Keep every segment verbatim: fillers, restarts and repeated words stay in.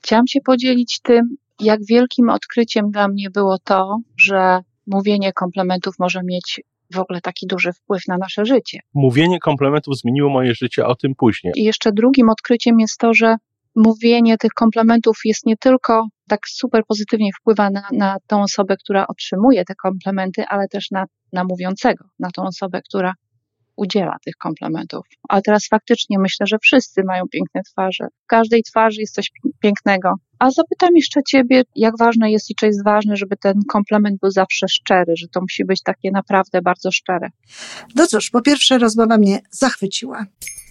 Chciałam się podzielić tym, jak wielkim odkryciem dla mnie było to, że mówienie komplementów może mieć w ogóle taki duży wpływ na nasze życie. Mówienie komplementów zmieniło moje życie, a o tym później. I jeszcze drugim odkryciem jest to, że mówienie tych komplementów jest nie tylko tak super pozytywnie wpływa na, na tą osobę, która otrzymuje te komplementy, ale też na, na mówiącego, na tą osobę, która udziela tych komplementów. Ale teraz faktycznie myślę, że wszyscy mają piękne twarze. W każdej twarzy jest coś pięknego. A zapytam jeszcze Ciebie, jak ważne jest i czy jest ważne, żeby ten komplement był zawsze szczery, że to musi być takie naprawdę bardzo szczere. No cóż, po pierwsze rozmowa mnie zachwyciła.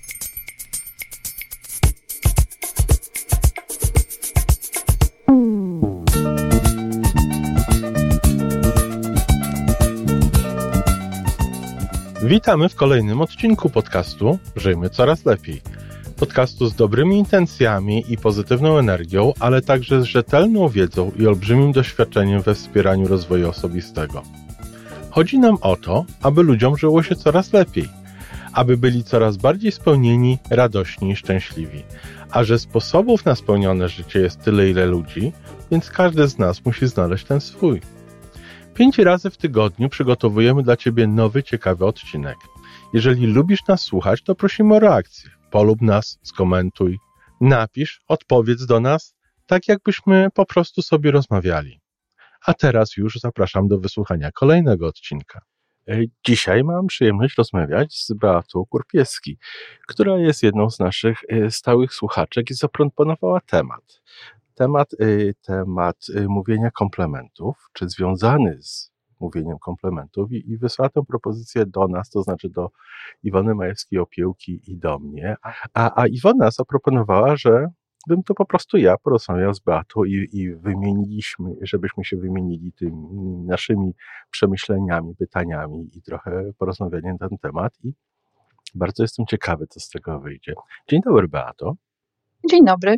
Witamy w kolejnym odcinku podcastu Żyjmy Coraz Lepiej. Podcastu z dobrymi intencjami i pozytywną energią, ale także z rzetelną wiedzą i olbrzymim doświadczeniem we wspieraniu rozwoju osobistego. Chodzi nam o to, aby ludziom żyło się coraz lepiej, aby byli coraz bardziej spełnieni, radośni i szczęśliwi. A że sposobów na spełnione życie jest tyle, ile ludzi, więc każdy z nas musi znaleźć ten swój. Pięć razy w tygodniu przygotowujemy dla Ciebie nowy, ciekawy odcinek. Jeżeli lubisz nas słuchać, to prosimy o reakcję. Polub nas, skomentuj, napisz, odpowiedz do nas, tak jakbyśmy po prostu sobie rozmawiali. A teraz już zapraszam do wysłuchania kolejnego odcinka. Dzisiaj mam przyjemność rozmawiać z Beatą Kurpieski, która jest jedną z naszych stałych słuchaczek i zaproponowała temat. Temat, temat mówienia komplementów, czy związany z mówieniem komplementów i, i wysłała tę propozycję do nas, to znaczy do Iwony Majewskiej-Opiełki i do mnie, a, a Iwona zaproponowała, że bym to po prostu ja porozmawiał z Beatą i, i wymieniliśmy, żebyśmy się wymienili tymi naszymi przemyśleniami, pytaniami i trochę porozmawiali na ten temat i bardzo jestem ciekawy, co z tego wyjdzie. Dzień dobry, Beato. Dzień dobry.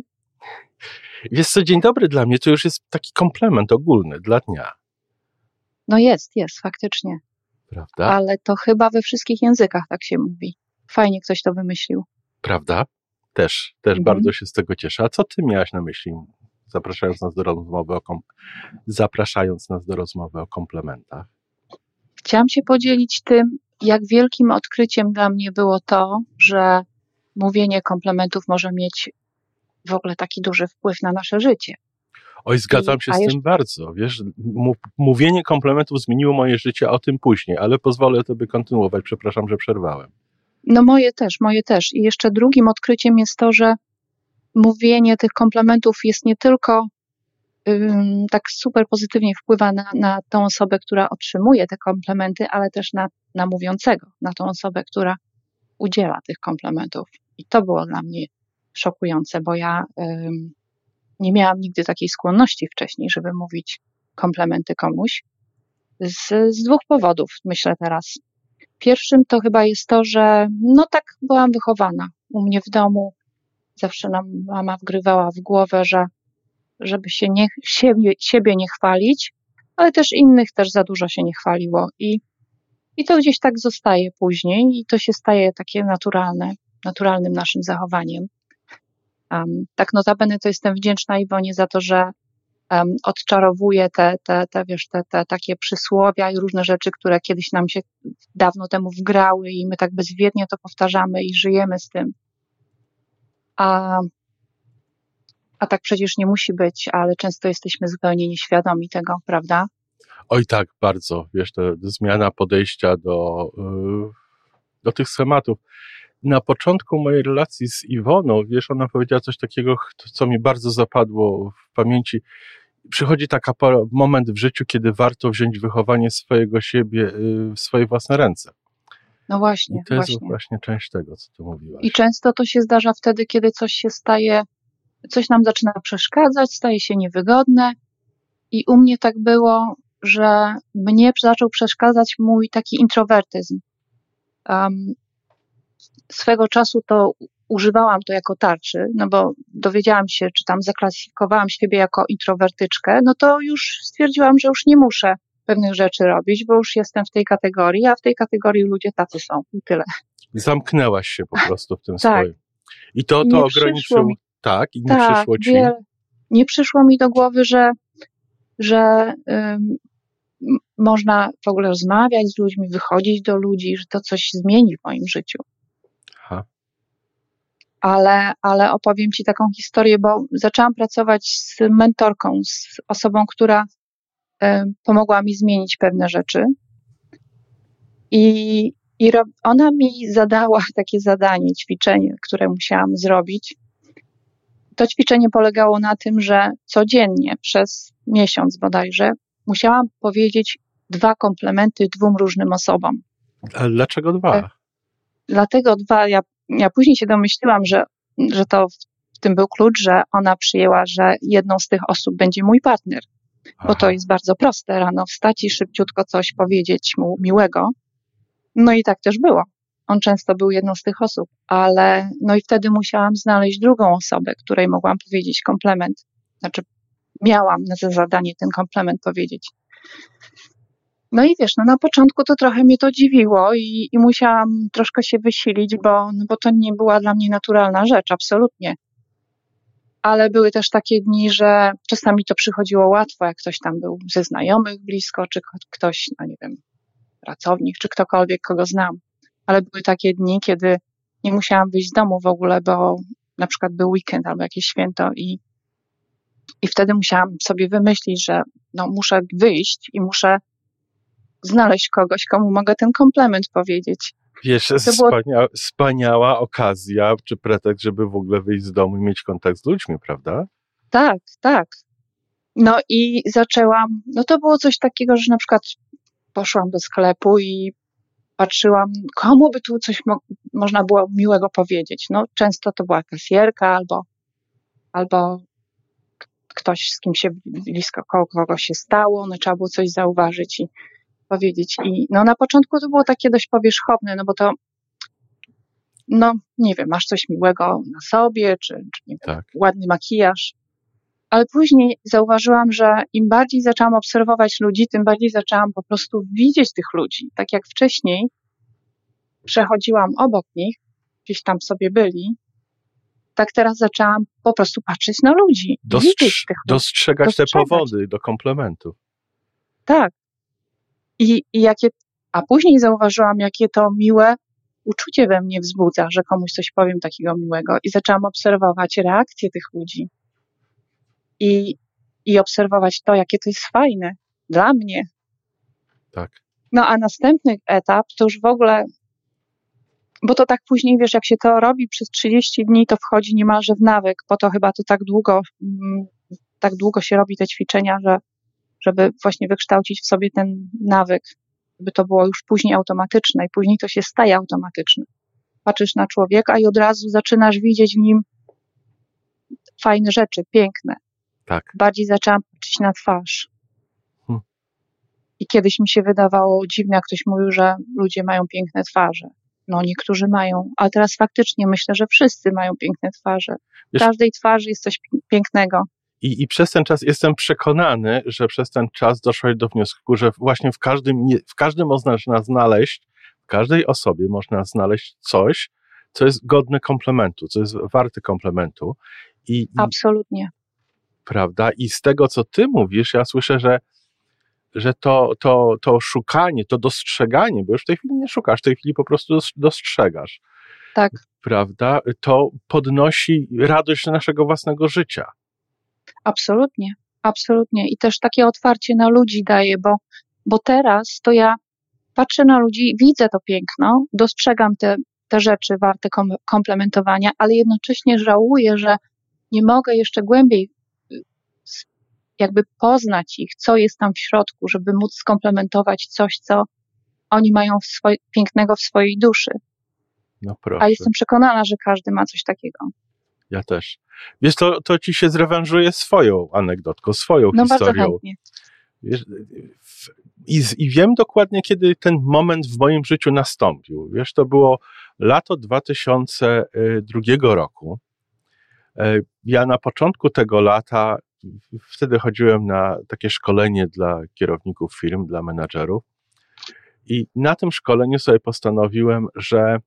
Wiesz co, dzień dobry dla mnie to już jest taki komplement ogólny dla dnia. No jest, jest, faktycznie. Prawda? Ale to chyba we wszystkich językach tak się mówi. Fajnie ktoś to wymyślił. Prawda? Też, też Mhm. bardzo się z tego cieszę. A co ty miałaś na myśli, zapraszając nas do rozmowy o, kom... zapraszając nas do rozmowy o komplementach? Chciałam się podzielić tym, jak wielkim odkryciem dla mnie było to, że mówienie komplementów może mieć w ogóle taki duży wpływ na nasze życie. Oj, zgadzam I, się z jeszcze... tym bardzo. Wiesz, m- mówienie komplementów zmieniło moje życie, a o tym później, ale pozwolę tobie kontynuować. Przepraszam, że przerwałem. No moje też, moje też. I jeszcze drugim odkryciem jest to, że mówienie tych komplementów jest nie tylko ym, tak super pozytywnie wpływa na, na tą osobę, która otrzymuje te komplementy, ale też na, na mówiącego, na tą osobę, która udziela tych komplementów. I to było dla mnie szokujące, bo ja ym, nie miałam nigdy takiej skłonności wcześniej, żeby mówić komplementy komuś. Z, z dwóch powodów, myślę teraz. Pierwszym to chyba jest to, że no tak byłam wychowana. U mnie w domu zawsze nam mama wgrywała w głowę, że żeby się nie, siebie, siebie nie chwalić, ale też innych też za dużo się nie chwaliło. I, i to gdzieś tak zostaje później i to się staje takie naturalne, naturalnym naszym zachowaniem. Um, tak notabene to jestem wdzięczna Iwonie za to, że um, odczarowuje te, te, te, wiesz, te, te takie przysłowia i różne rzeczy, które kiedyś nam się dawno temu wgrały i my tak bezwiednie to powtarzamy i żyjemy z tym. A, a tak przecież nie musi być, ale często jesteśmy zupełnie nieświadomi tego, prawda? Oj tak, bardzo. Wiesz, to zmiana podejścia do, yy, do tych schematów. Na początku mojej relacji z Iwoną, wiesz, ona powiedziała coś takiego, co mi bardzo zapadło w pamięci. Przychodzi taki moment w życiu, kiedy warto wziąć wychowanie swojego siebie w swoje własne ręce. No właśnie. I to właśnie. jest właśnie część tego, co ty mówiłaś. I często to się zdarza wtedy, kiedy coś się staje, coś nam zaczyna przeszkadzać, staje się niewygodne. I u mnie tak było, że mnie zaczął przeszkadzać mój taki introwertyzm. Um, swego czasu to używałam to jako tarczy, no bo dowiedziałam się, czy tam zaklasyfikowałam siebie jako introwertyczkę, no to już stwierdziłam, że już nie muszę pewnych rzeczy robić, bo już jestem w tej kategorii, a w tej kategorii ludzie tacy są i tyle. Zamknęłaś się po prostu w tym tak. swoim. I to, to ograniczyło. Mi... Tak, i nie tak, przyszło ci. Wiele, nie przyszło mi do głowy, że, że ym, można w ogóle rozmawiać z ludźmi, wychodzić do ludzi, że to coś zmieni w moim życiu. Aha. Ale, ale opowiem Ci taką historię, bo zaczęłam pracować z mentorką, z osobą, która y, pomogła mi zmienić pewne rzeczy. I, i ro, ona mi zadała takie zadanie, ćwiczenie, które musiałam zrobić. To ćwiczenie polegało na tym, że codziennie przez miesiąc bodajże musiałam powiedzieć dwa komplementy dwóm różnym osobom. Ale dlaczego dwa? Dlatego dwa, ja, ja później się domyśliłam, że, że to w tym był klucz, że ona przyjęła, że jedną z tych osób będzie mój partner. Aha. Bo to jest bardzo proste, rano wstać i szybciutko coś powiedzieć mu miłego. No i tak też było. On często był jedną z tych osób, ale no i wtedy musiałam znaleźć drugą osobę, której mogłam powiedzieć komplement. Znaczy miałam za zadanie ten komplement powiedzieć. No i wiesz, no na początku to trochę mnie to dziwiło i, i musiałam troszkę się wysilić, bo, no bo to nie była dla mnie naturalna rzecz, absolutnie. Ale były też takie dni, że czasami to przychodziło łatwo, jak ktoś tam był ze znajomych blisko, czy ktoś, no nie wiem, pracownik, czy ktokolwiek, kogo znam. Ale były takie dni, kiedy nie musiałam wyjść z domu w ogóle, bo na przykład był weekend albo jakieś święto i, i wtedy musiałam sobie wymyślić, że no muszę wyjść i muszę znaleźć kogoś, komu mogę ten komplement powiedzieć. Wiesz, to wspania- było... wspaniała okazja, czy pretekst, żeby w ogóle wyjść z domu i mieć kontakt z ludźmi, prawda? Tak, tak. No i zaczęłam, no to było coś takiego, że na przykład poszłam do sklepu i patrzyłam, komu by tu coś mo- można było miłego powiedzieć. No często to była kasjerka albo, albo ktoś, z kim się blisko koło kogo się stało, no trzeba było coś zauważyć i powiedzieć. I no na początku to było takie dość powierzchowne, no bo to no nie wiem, masz coś miłego na sobie, czy, czy nie wiem, tak. ładny makijaż. Ale później zauważyłam, że im bardziej zaczęłam obserwować ludzi, tym bardziej zaczęłam po prostu widzieć tych ludzi. Tak jak wcześniej przechodziłam obok nich, gdzieś tam sobie byli, tak teraz zaczęłam po prostu patrzeć na ludzi. Dostrz- widzieć tych ludzi. Dostrzegać, dostrzegać te powody do komplementu. Tak. I, i jakie, a później zauważyłam, jakie to miłe uczucie we mnie wzbudza, że komuś coś powiem takiego miłego. I zaczęłam obserwować reakcje tych ludzi. I, i obserwować to, jakie to jest fajne dla mnie. Tak. No a następny etap to już w ogóle, bo to tak później, wiesz, jak się to robi przez trzydzieści dni, to wchodzi niemalże w nawyk, po to chyba to tak długo, tak długo się robi te ćwiczenia, że, żeby właśnie wykształcić w sobie ten nawyk, żeby to było już później automatyczne i później to się staje automatyczne. Patrzysz na człowieka i od razu zaczynasz widzieć w nim fajne rzeczy, piękne. Tak. Bardziej zaczęłam patrzeć na twarz. Hmm. I kiedyś mi się wydawało dziwne, jak ktoś mówił, że ludzie mają piękne twarze. No niektórzy mają, ale teraz faktycznie myślę, że wszyscy mają piękne twarze. W Wiesz, każdej twarzy jest coś pięknego. I, I przez ten czas jestem przekonany, że przez ten czas doszłaś do wniosku, że właśnie w każdym, w każdym można znaleźć, w każdej osobie można znaleźć coś, co jest godne komplementu, co jest warte komplementu. I, i Absolutnie. Prawda? I z tego, co ty mówisz, ja słyszę, że, że to, to, to szukanie, to dostrzeganie, bo już w tej chwili nie szukasz, w tej chwili po prostu dostrzegasz. Tak. Prawda? To podnosi radość naszego własnego życia. Absolutnie, absolutnie. I też takie otwarcie na ludzi daje, bo, bo teraz to ja patrzę na ludzi, widzę to piękno, dostrzegam te, te rzeczy warte kom- komplementowania, ale jednocześnie żałuję, że nie mogę jeszcze głębiej jakby poznać ich, co jest tam w środku, żeby móc skomplementować coś, co oni mają w swoj, pięknego w swojej duszy. No proszę. A jestem przekonana, że każdy ma coś takiego. Ja też. Wiesz, to, to ci się zrewanżuje swoją anegdotką, swoją no historią. Bardzo chętnie. Wiesz, i, I wiem dokładnie, kiedy ten moment w moim życiu nastąpił. Wiesz, to było lato dwa tysiące drugiego roku. Ja na początku tego lata, wtedy chodziłem na takie szkolenie dla kierowników firm, dla menadżerów i na tym szkoleniu sobie postanowiłem, że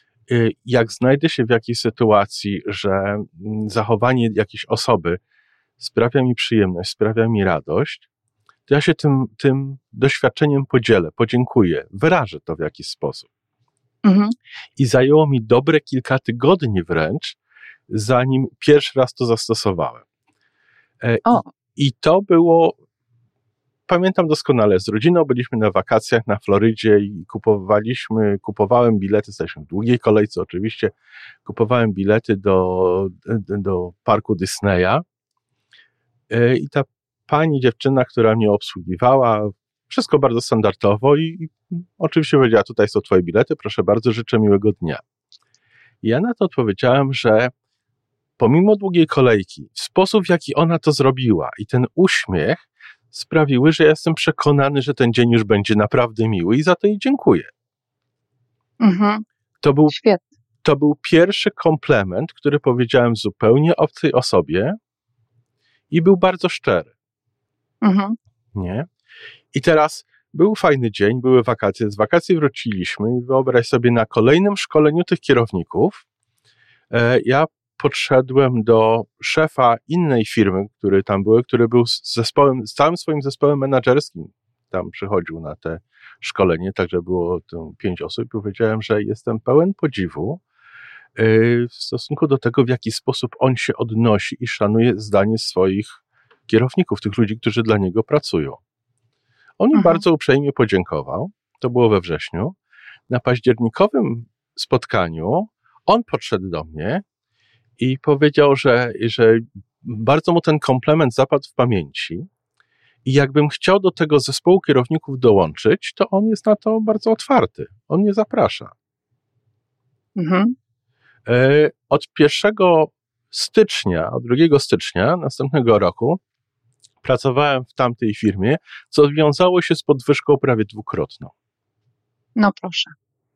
jak znajdę się w jakiejś sytuacji, że zachowanie jakiejś osoby sprawia mi przyjemność, sprawia mi radość, to ja się tym, tym doświadczeniem podzielę, podziękuję, wyrażę to w jakiś sposób. Mhm. I zajęło mi dobre kilka tygodni wręcz, zanim pierwszy raz to zastosowałem. E, O. I to było, pamiętam doskonale, z rodziną byliśmy na wakacjach na Florydzie i kupowaliśmy, kupowałem bilety, staliśmy w długiej kolejce oczywiście, kupowałem bilety do, do parku Disneya e, i ta pani dziewczyna, która mnie obsługiwała, wszystko bardzo standardowo i, i oczywiście powiedziała, tutaj są twoje bilety, proszę bardzo, życzę miłego dnia. I ja na to odpowiedziałem, że pomimo długiej kolejki, sposób w jaki ona to zrobiła i ten uśmiech sprawiły, że ja jestem przekonany, że ten dzień już będzie naprawdę miły i za to jej dziękuję. Mhm. To był, Świetnie. to był pierwszy komplement, który powiedziałem zupełnie obcej osobie i był bardzo szczery. Mhm. Nie? I teraz był fajny dzień, były wakacje, z wakacji wróciliśmy i wyobraź sobie, na kolejnym szkoleniu tych kierowników e, ja podszedłem do szefa innej firmy, który tam był, który był z zespołem, z całym swoim zespołem menadżerskim, tam przychodził na te szkolenie, także było to pięć osób i powiedziałem, że jestem pełen podziwu e, w stosunku do tego, w jaki sposób on się odnosi i szanuje zdanie swoich kierowników, tych ludzi, którzy dla niego pracują. On mi Mhm. bardzo uprzejmie podziękował, to było we wrześniu. Na październikowym spotkaniu on podszedł do mnie i powiedział, że, że bardzo mu ten komplement zapadł w pamięci i jakbym chciał do tego zespołu kierowników dołączyć, to on jest na to bardzo otwarty. On mnie zaprasza. Mhm. E, od pierwszego stycznia, od drugiego stycznia następnego roku pracowałem w tamtej firmie, co wiązało się z podwyżką prawie dwukrotną. No proszę.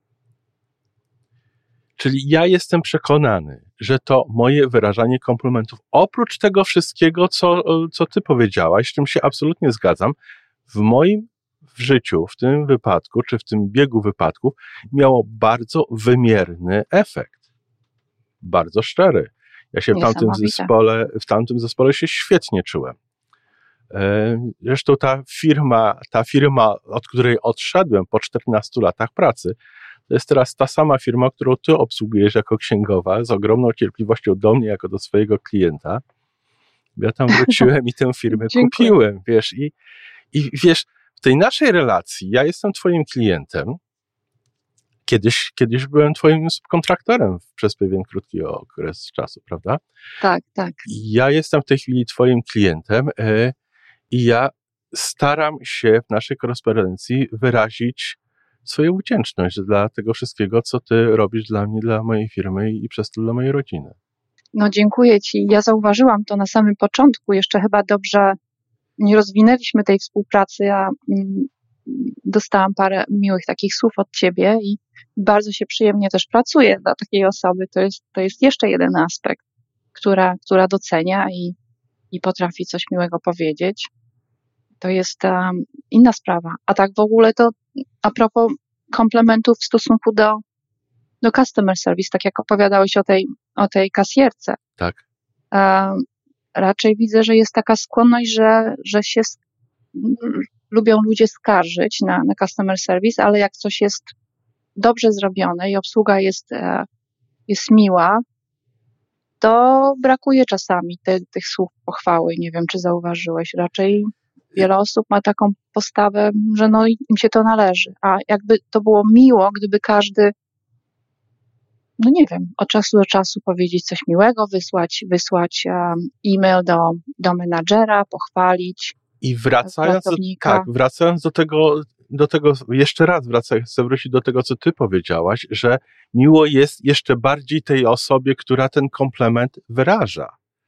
Czyli ja jestem przekonany, że to moje wyrażanie komplementów, oprócz tego wszystkiego, co, co ty powiedziałaś, z czym się absolutnie zgadzam, w moim w życiu, w tym wypadku, czy w tym biegu wypadków, miało bardzo wymierny efekt. Bardzo szczery. Ja się w tamtym zespole, w tamtym zespole się świetnie czułem. Zresztą ta firma, ta firma, od której odszedłem po czternastu latach pracy, to jest teraz ta sama firma, którą ty obsługujesz jako księgowa, z ogromną cierpliwością do mnie, jako do swojego klienta. Ja tam wróciłem i tę firmę kupiłem, wiesz, i, i wiesz, w tej naszej relacji, ja jestem twoim klientem, kiedyś, kiedyś byłem twoim subkontraktorem przez pewien krótki okres czasu, prawda? Tak, tak. Ja jestem w tej chwili twoim klientem, yy, i ja staram się w naszej korespondencji wyrazić swoją wdzięczność dla tego wszystkiego, co ty robisz dla mnie, dla mojej firmy i przez to dla mojej rodziny. No dziękuję ci. Ja zauważyłam to na samym początku. Jeszcze chyba dobrze nie rozwinęliśmy tej współpracy. Ja mm, dostałam parę miłych takich słów od ciebie i bardzo się przyjemnie też pracuje dla takiej osoby. To jest, to jest jeszcze jeden aspekt, która, która docenia i, i potrafi coś miłego powiedzieć. To jest um, inna sprawa. A tak w ogóle to a propos komplementów w stosunku do, do customer service, tak jak opowiadałeś o tej, o tej kasjerce. Tak. Um, raczej widzę, że jest taka skłonność, że, że się sk- lubią ludzie skarżyć na, na customer service, ale jak coś jest dobrze zrobione i obsługa jest, e, jest miła, to brakuje czasami te, tych słów pochwały. Nie wiem, czy zauważyłeś. Raczej wiele osób ma taką postawę, że no im się to należy. A jakby to było miło, gdyby każdy, no nie wiem, od czasu do czasu powiedzieć coś miłego, wysłać, wysłać um, e-mail do, do menadżera, pochwalić. I wracając do, tak, wracając do tego, do tego, jeszcze raz wracając, chcę wrócić do tego, co ty powiedziałaś, że miło jest jeszcze bardziej tej osobie, która ten komplement wyraża.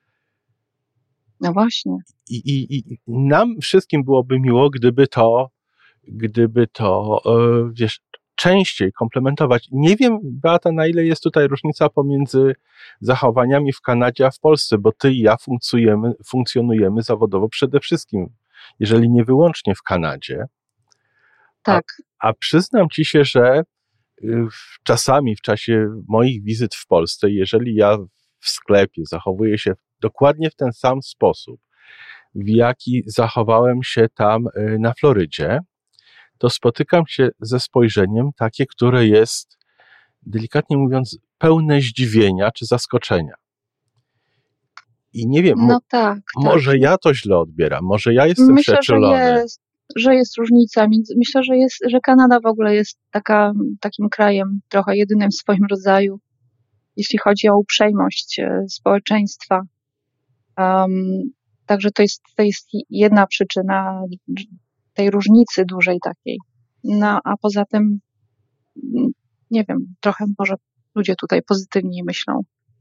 No właśnie. I, i, i nam wszystkim byłoby miło, gdyby to, gdyby to, yy, wiesz, częściej komplementować. Nie wiem, Beata, na ile jest tutaj różnica pomiędzy zachowaniami w Kanadzie a w Polsce, bo ty i ja funkcjonujemy, funkcjonujemy zawodowo przede wszystkim, jeżeli nie wyłącznie w Kanadzie. Tak. A, a przyznam ci się, że czasami w czasie moich wizyt w Polsce, jeżeli ja w sklepie zachowuję się dokładnie w ten sam sposób, w jaki zachowałem się tam na Florydzie, to spotykam się ze spojrzeniem takie, które jest, delikatnie mówiąc, pełne zdziwienia czy zaskoczenia. I nie wiem, No tak, może tak. ja to źle odbieram, może ja jestem Myślę, że przeczulony. jest, że jest różnica. Między, myślę, że jest, że Kanada w ogóle jest taka, takim krajem trochę jedynym w swoim rodzaju, jeśli chodzi o uprzejmość społeczeństwa. Um, także to jest, to jest jedna przyczyna tej różnicy dużej takiej. No a poza tym, nie wiem, trochę może ludzie tutaj pozytywniej myślą.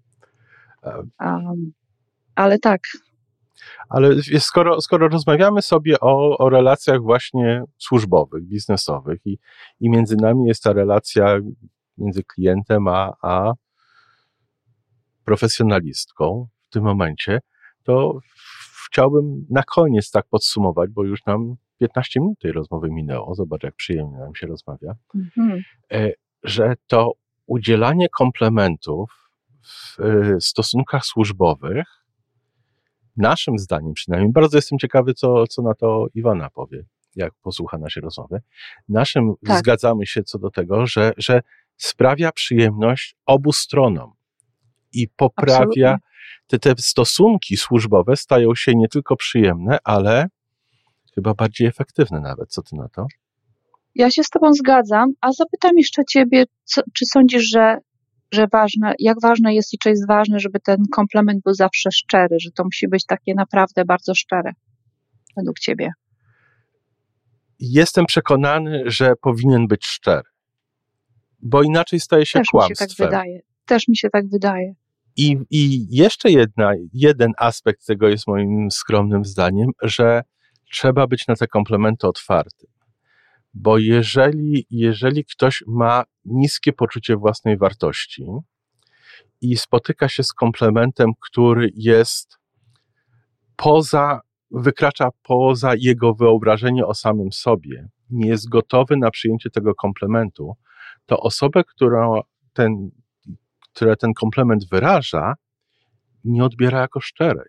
Um, ale tak. Ale skoro, skoro rozmawiamy sobie o, o relacjach właśnie służbowych, biznesowych i, i między nami jest ta relacja między klientem a, a profesjonalistką w tym momencie, to chciałbym na koniec tak podsumować, bo już nam piętnaście minut tej rozmowy minęło, zobacz jak przyjemnie nam się rozmawia, mhm. że to udzielanie komplementów w stosunkach służbowych, naszym zdaniem przynajmniej, bardzo jestem ciekawy, co, co na to Iwona powie, jak posłucha naszej rozmowy, naszym tak. Zgadzamy się co do tego, że, że sprawia przyjemność obu stronom i poprawia, te, te stosunki służbowe stają się nie tylko przyjemne, ale chyba bardziej efektywne nawet. Co ty na to? Ja się z tobą zgadzam, a zapytam jeszcze ciebie, co, czy sądzisz, że, że ważne, jak ważne jest i czy jest ważne, żeby ten komplement był zawsze szczery, że to musi być takie naprawdę bardzo szczere według ciebie? Jestem przekonany, że powinien być szczery, bo inaczej staje się Też kłamstwem. Mi się tak wydaje. Też mi się tak wydaje. I, i jeszcze jedna, jeden aspekt tego jest moim skromnym zdaniem, że trzeba być na te komplementy otwartym. Bo jeżeli, jeżeli ktoś ma niskie poczucie własnej wartości i spotyka się z komplementem, który jest poza, wykracza poza jego wyobrażenie o samym sobie, nie jest gotowy na przyjęcie tego komplementu, to osobę, która ten, która ten komplement wyraża, nie odbiera jako szczerej.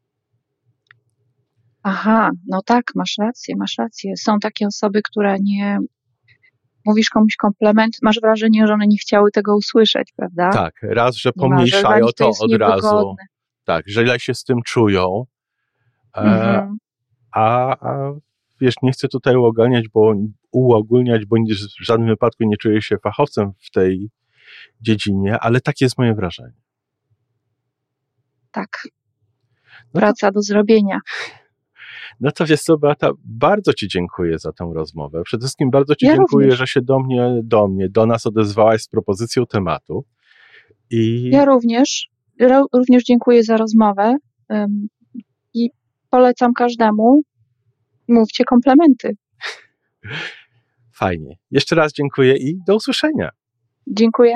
Aha, no tak, masz rację, masz rację. Są takie osoby, które nie... Mówisz komuś komplement, masz wrażenie, że one nie chciały tego usłyszeć, prawda? Tak, raz, że pomniejszają to, to od razu. Tak, że źle się z tym czują. Mhm. E, a, a wiesz, nie chcę tutaj uogólniać, bo, uogólniać, bo w żadnym wypadku nie czuję się fachowcem w tej dziedzinie, ale takie jest moje wrażenie. Tak. Praca no to... do zrobienia. No to wiesz co, Beata, bardzo ci dziękuję za tę rozmowę. Przede wszystkim bardzo ci ja dziękuję, również. że się do mnie, do mnie, do nas odezwałaś z propozycją tematu. I... Ja również, również dziękuję za rozmowę um, i polecam każdemu, mówcie komplementy. Fajnie. Jeszcze raz dziękuję i do usłyszenia. Dziękuję.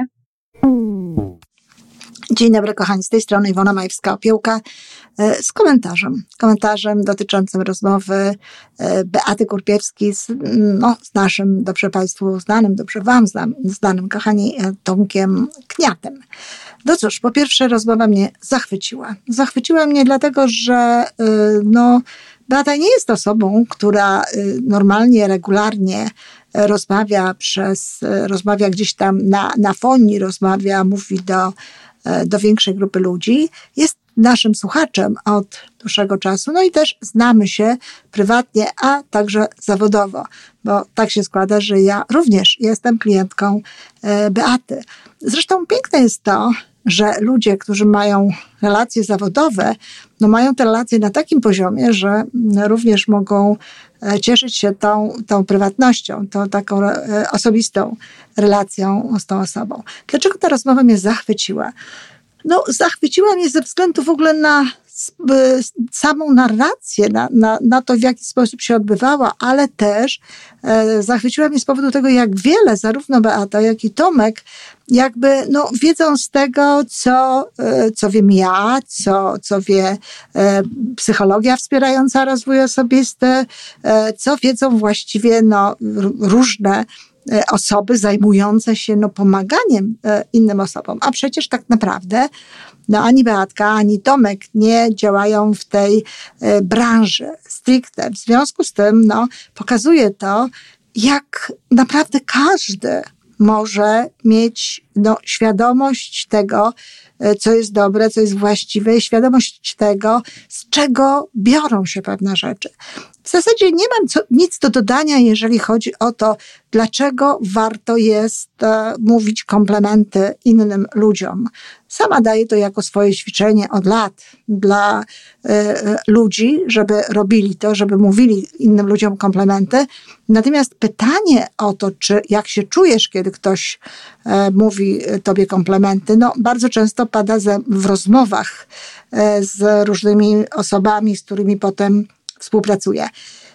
Dzień dobry kochani, z tej strony Iwona Majewska-Opiełka z komentarzem, komentarzem dotyczącym rozmowy Beaty Kurpiewskiej z, no, z naszym, dobrze Państwu znanym, dobrze Wam znam, znanym, kochani, Tomkiem Kniatem. No cóż, po pierwsze rozmowa mnie zachwyciła. Zachwyciła mnie dlatego, że no, Beata nie jest osobą, która normalnie, regularnie rozmawia przez, rozmawia gdzieś tam na, na fonii, rozmawia, mówi do do większej grupy ludzi, jest naszym słuchaczem od dłuższego czasu, no i też znamy się prywatnie, a także zawodowo, bo tak się składa, że ja również jestem klientką Beaty. Zresztą piękne jest to, że ludzie, którzy mają relacje zawodowe, no mają te relacje na takim poziomie, że również mogą cieszyć się tą, tą prywatnością, tą taką osobistą relacją z tą osobą. Dlaczego ta rozmowa mnie zachwyciła? No, zachwyciła mnie ze względu w ogóle na samą narrację, na, na, na to, w jaki sposób się odbywała, ale też e, zachwyciła mnie z powodu tego, jak wiele zarówno Beata, jak i Tomek jakby no, wiedzą z tego, co, e, co wiem ja, co, co wie e, psychologia wspierająca rozwój osobisty, e, co wiedzą właściwie no, r- różne osoby zajmujące się no, pomaganiem innym osobom. A przecież tak naprawdę no, ani Beatka, ani Tomek nie działają w tej branży stricte. W związku z tym no, pokazuje to, jak naprawdę każdy może mieć no, świadomość tego, co jest dobre, co jest właściwe i świadomość tego, z czego biorą się pewne rzeczy. W zasadzie nie mam co, nic do dodania, jeżeli chodzi o to, dlaczego warto jest e, mówić komplementy innym ludziom. Sama daję to jako swoje ćwiczenie od lat dla e, ludzi, żeby robili to, żeby mówili innym ludziom komplementy. Natomiast pytanie o to, czy jak się czujesz, kiedy ktoś e, mówi tobie komplementy, no bardzo często pada ze, w rozmowach e, z różnymi osobami, z którymi potem współpracuję.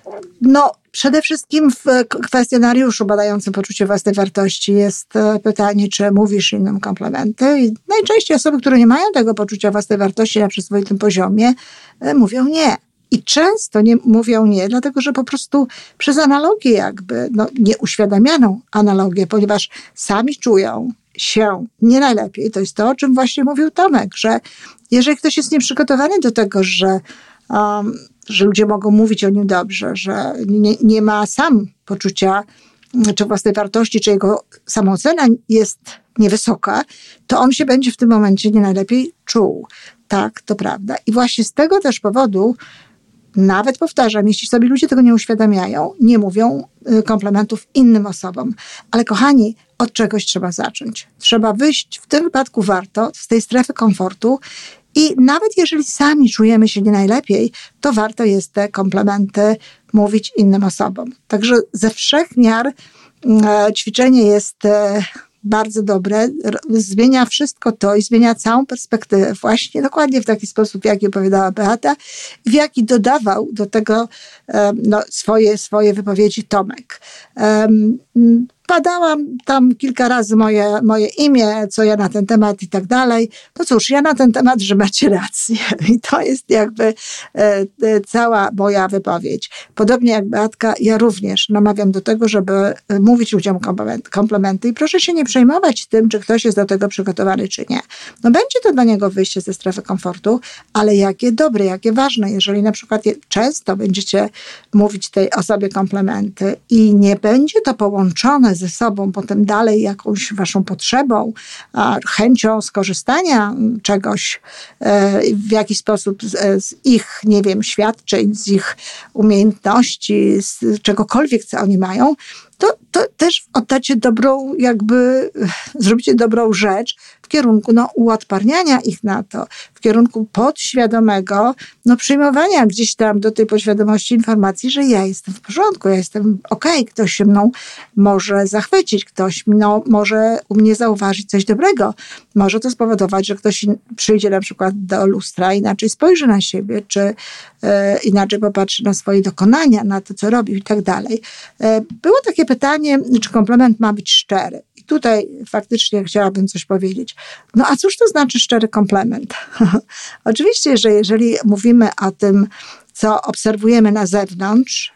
No, przede wszystkim w kwestionariuszu badającym poczucie własnej wartości jest pytanie, czy mówisz innym komplementy. I najczęściej osoby, które nie mają tego poczucia własnej wartości na przyzwoitym poziomie, mówią nie. I często nie mówią nie, dlatego że po prostu przez analogię jakby, no nieuświadamianą analogię, ponieważ sami czują się nie najlepiej. To jest to, o czym właśnie mówił Tomek, że jeżeli ktoś jest nieprzygotowany do tego, że Um, że ludzie mogą mówić o nim dobrze, że nie, nie ma sam poczucia czy własnej wartości, czy jego samoocena jest niewysoka, to on się będzie w tym momencie nie najlepiej czuł. Tak, to prawda. I właśnie z tego też powodu, nawet powtarzam, jeśli sobie ludzie tego nie uświadamiają, nie mówią komplementów innym osobom. Ale kochani, od czegoś trzeba zacząć. Trzeba wyjść, w tym wypadku warto, z tej strefy komfortu. I nawet jeżeli sami czujemy się nie najlepiej, to warto jest te komplementy mówić innym osobom. Także ze wszech miar e, ćwiczenie jest e, bardzo dobre, zmienia wszystko to i zmienia całą perspektywę właśnie dokładnie w taki sposób, w jaki opowiadała Beata, w jaki dodawał do tego e, no, swoje, swoje wypowiedzi Tomek. E, Padałam tam kilka razy moje, moje imię, co ja na ten temat i tak dalej. No cóż, ja na ten temat, że macie rację. I to jest jakby e, e, cała moja wypowiedź. Podobnie jak Beatka, ja również namawiam do tego, żeby mówić ludziom komplementy. I proszę się nie przejmować tym, czy ktoś jest do tego przygotowany, czy nie. No będzie to dla niego wyjście ze strefy komfortu, ale jakie dobre, jakie ważne. Jeżeli na przykład często będziecie mówić tej osobie komplementy i nie będzie to połączone ze sobą, potem dalej jakąś waszą potrzebą, chęcią skorzystania czegoś w jakiś sposób z, z ich, nie wiem, świadczeń, z ich umiejętności, z czegokolwiek, co oni mają, to, to też oddacie dobrą, jakby zrobicie dobrą rzecz w kierunku no, uodparniania ich na to, w kierunku podświadomego no, przyjmowania gdzieś tam do tej podświadomości informacji, że ja jestem w porządku, ja jestem okej, okay, ktoś się mną może zachwycić, ktoś no, może u mnie zauważyć coś dobrego. Może to spowodować, że ktoś przyjdzie na przykład do lustra, inaczej spojrzy na siebie, czy e, inaczej popatrzy na swoje dokonania, na to, co robił i tak dalej. E, było takie pytanie, czy komplement ma być szczery. I tutaj faktycznie chciałabym coś powiedzieć. No a cóż to znaczy szczery komplement? Oczywiście, że jeżeli mówimy o tym, co obserwujemy na zewnątrz,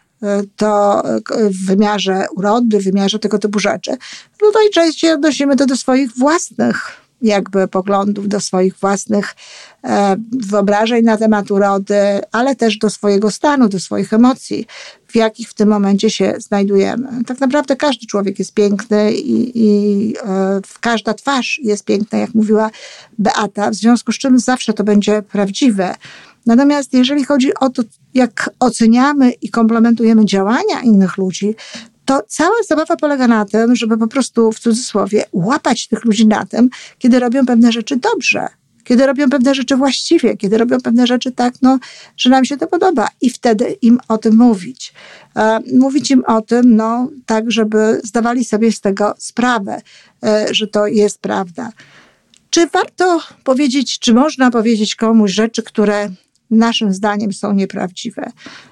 to w wymiarze urody, w wymiarze tego typu rzeczy, no to najczęściej odnosimy to do swoich własnych jakby poglądów, do swoich własnych e, wyobrażeń na temat urody, ale też do swojego stanu, do swoich emocji, w jakich w tym momencie się znajdujemy. Tak naprawdę każdy człowiek jest piękny i, i e, każda twarz jest piękna, jak mówiła Beata, w związku z czym zawsze to będzie prawdziwe. Natomiast jeżeli chodzi o to, jak oceniamy i komplementujemy działania innych ludzi, to cała zabawa polega na tym, żeby po prostu w cudzysłowie łapać tych ludzi na tym, kiedy robią pewne rzeczy dobrze, kiedy robią pewne rzeczy właściwie, kiedy robią pewne rzeczy tak, no, że nam się to podoba i wtedy im o tym mówić. E, mówić im o tym, no, tak, żeby zdawali sobie z tego sprawę, e, że to jest prawda. Czy warto powiedzieć, czy można powiedzieć komuś rzeczy, które naszym zdaniem są nieprawdziwe?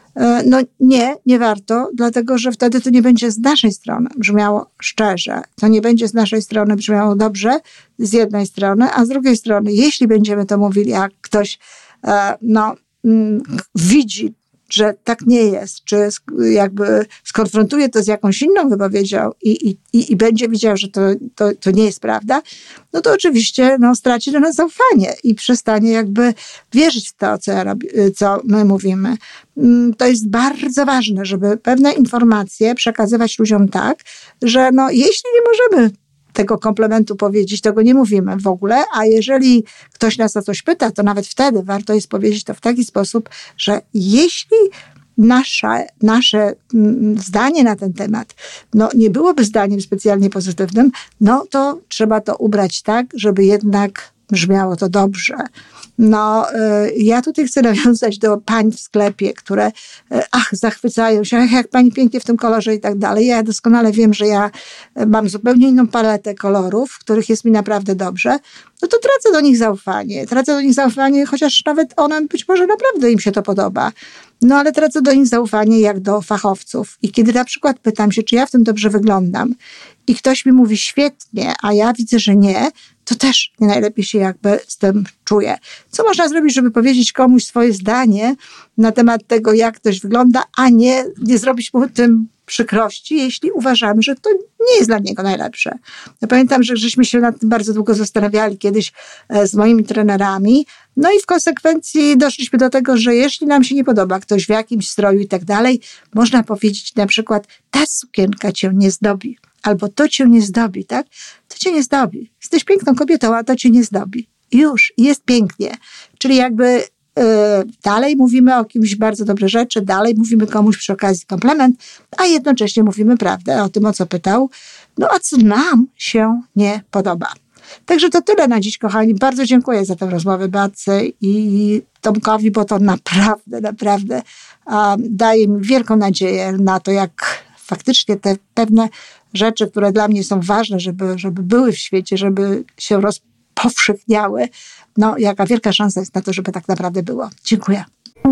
No nie, nie warto, dlatego że wtedy to nie będzie z naszej strony brzmiało szczerze. To nie będzie z naszej strony brzmiało dobrze z jednej strony, a z drugiej strony, jeśli będziemy to mówili, jak ktoś no, widzi, że tak nie jest, czy jakby skonfrontuje to z jakąś inną wypowiedzią i, i, i, i będzie widział, że to, to, to nie jest prawda, no to oczywiście no, straci do nas zaufanie i przestanie jakby wierzyć w to, co, ja robi, co my mówimy. To jest bardzo ważne, żeby pewne informacje przekazywać ludziom tak, że no, jeśli nie możemy tego komplementu powiedzieć, tego nie mówimy w ogóle, a jeżeli ktoś nas o coś pyta, to nawet wtedy warto jest powiedzieć to w taki sposób, że jeśli nasze, nasze zdanie na ten temat no, nie byłoby zdaniem specjalnie pozytywnym, no to trzeba to ubrać tak, żeby jednak brzmiało to dobrze. No, ja tutaj chcę nawiązać do pań w sklepie, które ach, zachwycają się, ach, jak pani pięknie w tym kolorze i tak dalej. Ja doskonale wiem, że ja mam zupełnie inną paletę kolorów, w których jest mi naprawdę dobrze. No to tracę do nich zaufanie. Tracę do nich zaufanie, chociaż nawet one być może naprawdę im się to podoba. No ale tracę do nich zaufanie jak do fachowców. I kiedy na przykład pytam się, czy ja w tym dobrze wyglądam i ktoś mi mówi świetnie, a ja widzę, że nie, to też nie najlepiej się jakby z tym czuję. Co można zrobić, żeby powiedzieć komuś swoje zdanie na temat tego, jak ktoś wygląda, a nie, nie zrobić mu tym przykrości, jeśli uważamy, że to nie jest dla niego najlepsze. Ja pamiętam, że żeśmy się nad tym bardzo długo zastanawiali kiedyś z moimi trenerami, no i w konsekwencji doszliśmy do tego, że jeśli nam się nie podoba ktoś w jakimś stroju i tak dalej, można powiedzieć na przykład, ta sukienka cię nie zdobi, albo to cię nie zdobi, tak? To cię nie zdobi. Jesteś piękną kobietą, a to cię nie zdobi. Już, jest pięknie. Czyli jakby Yy, dalej mówimy o kimś bardzo dobre rzeczy, dalej mówimy komuś przy okazji komplement, a jednocześnie mówimy prawdę o tym, o co pytał, no a co nam się nie podoba. Także to tyle na dziś, kochani. Bardzo dziękuję za tę rozmowę Beatce i Tomkowi, bo to naprawdę, naprawdę um, daje mi wielką nadzieję na to, jak faktycznie te pewne rzeczy, które dla mnie są ważne, żeby, żeby były w świecie, żeby się rozpoczęły, powszechniały. No, jaka wielka szansa jest na to, żeby tak naprawdę było. Dziękuję.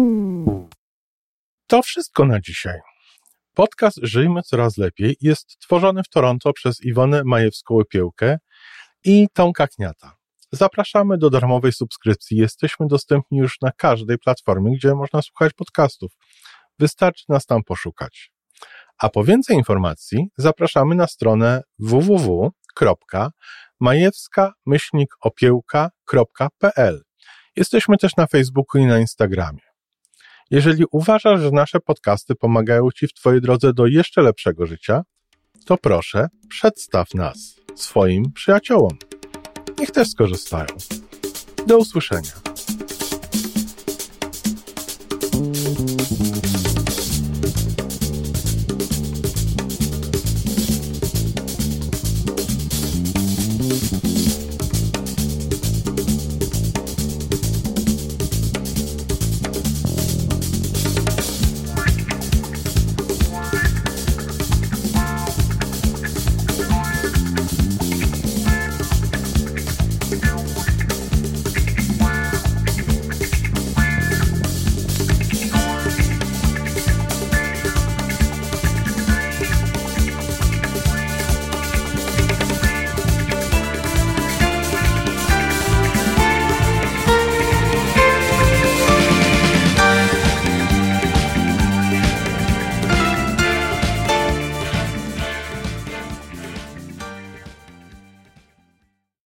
To wszystko na dzisiaj. Podcast Żyjmy Coraz Lepiej jest tworzony w Toronto przez Iwonę Majewską-Opiełkę i Tomka Kniata. Zapraszamy do darmowej subskrypcji. Jesteśmy dostępni już na każdej platformie, gdzie można słuchać podcastów. Wystarczy nas tam poszukać. A po więcej informacji zapraszamy na stronę w w w kropka majewska myślnik opiełka kropka p l. Jesteśmy też na Facebooku i na Instagramie. Jeżeli uważasz, że nasze podcasty pomagają Ci w Twojej drodze do jeszcze lepszego życia, to proszę, przedstaw nas swoim przyjaciołom. Niech też skorzystają. Do usłyszenia.